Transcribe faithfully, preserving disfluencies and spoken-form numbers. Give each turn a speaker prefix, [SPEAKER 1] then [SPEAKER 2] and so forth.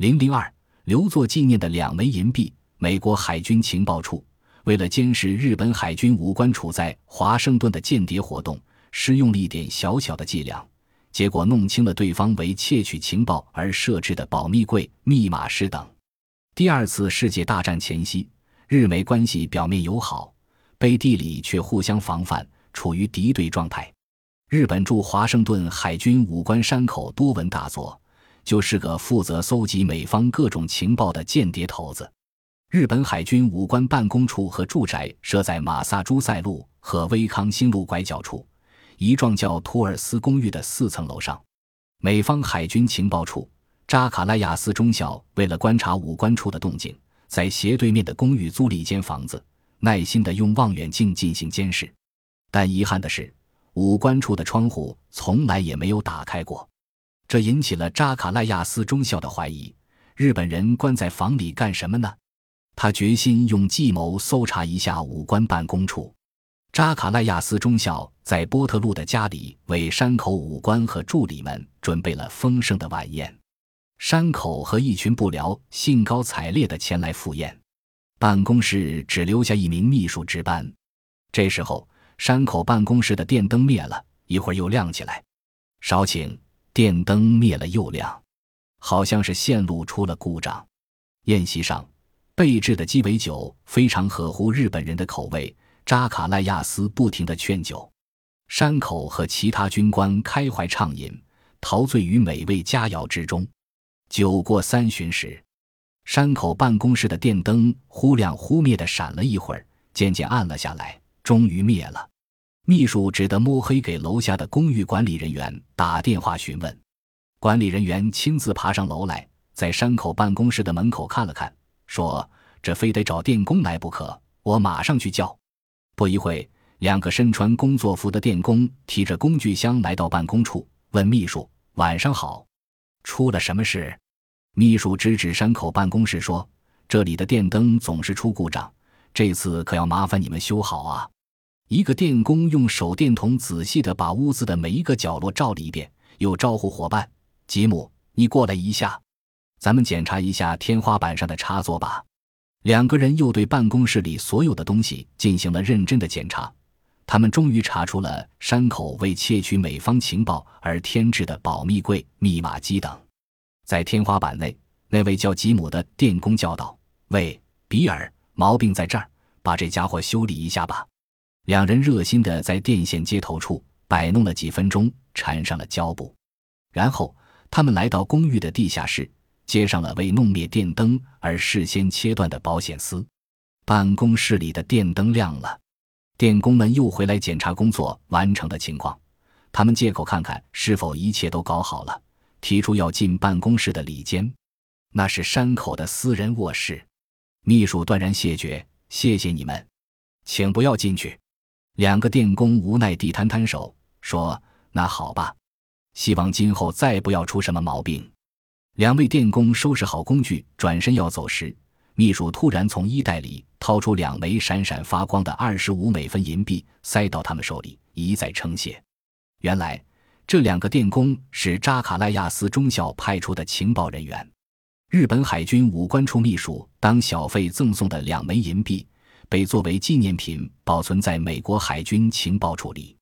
[SPEAKER 1] 零零二留作纪念的两枚银币。美国海军情报处为了监视日本海军武官处在华盛顿的间谍活动，施用了一点小小的伎俩，结果弄清了对方为窃取情报而设置的保密柜、密码室等。第二次世界大战前夕，日美关系表面友好，背地里却互相防范，处于敌对状态。日本驻华盛顿海军武官山口多闻大佐，就是个负责搜集美方各种情报的间谍头子。日本海军武官办公处和住宅设在马萨诸塞路和威康新路拐角处，一幢叫图尔斯公寓的四层楼上。美方海军情报处扎卡赖亚斯中校为了观察武官处的动静，在斜对面的公寓租了一间房子，耐心地用望远镜进行监视。但遗憾的是，武官处的窗户从来也没有打开过，这引起了扎卡赖亚斯中校的怀疑，日本人关在房里干什么呢？他决心用计谋搜查一下武官办公处。扎卡赖亚斯中校在波特路的家里为山口武官和助理们准备了丰盛的晚宴，山口和一群部僚兴高采烈地前来赴宴，办公室只留下一名秘书值班。这时候山口办公室的电灯灭了，一会儿又亮起来，稍请，电灯灭了又亮，好像是线路出了故障。宴席上备制的鸡尾酒非常合乎日本人的口味，扎卡赖亚斯不停地劝酒，山口和其他军官开怀畅饮，陶醉于美味佳肴之中。酒过三巡时，山口办公室的电灯忽亮忽灭地闪了一会儿，渐渐暗了下来，终于灭了。秘书只得摸黑给楼下的公寓管理人员打电话询问。管理人员亲自爬上楼来，在山口办公室的门口看了看，说这非得找电工来不可，我马上去叫。不一会，两个身穿工作服的电工提着工具箱来到办公处，问秘书：晚上好，出了什么事？秘书指指山口办公室说：这里的电灯总是出故障，这次可要麻烦你们修好啊。一个电工用手电筒仔细地把屋子的每一个角落照了一遍，又招呼伙伴：吉姆，你过来一下，咱们检查一下天花板上的插座吧。两个人又对办公室里所有的东西进行了认真的检查，他们终于查出了山口为窃取美方情报而添置的保密柜、密码机等。在天花板内，那位叫吉姆的电工叫道：喂，比尔，毛病在这儿，把这家伙修理一下吧。两人热心地在电线接头处摆弄了几分钟，缠上了胶布。然后他们来到公寓的地下室，接上了为弄灭电灯而事先切断的保险丝。办公室里的电灯亮了，电工们又回来检查工作完成的情况。他们借口看看是否一切都搞好了，提出要进办公室的里间。那是山口的私人卧室。秘书断然谢绝：谢谢你们，请不要进去。两个电工无奈地摊摊手，说：那好吧，希望今后再不要出什么毛病。两位电工收拾好工具转身要走时，秘书突然从衣袋里掏出两枚闪闪发光的二十五美分银币，塞到他们手里，一再称谢。原来这两个电工是扎卡赖亚斯中校派出的情报人员。日本海军武官处秘书当小费赠送的两枚银币被作为纪念品保存在美国海军情报处里。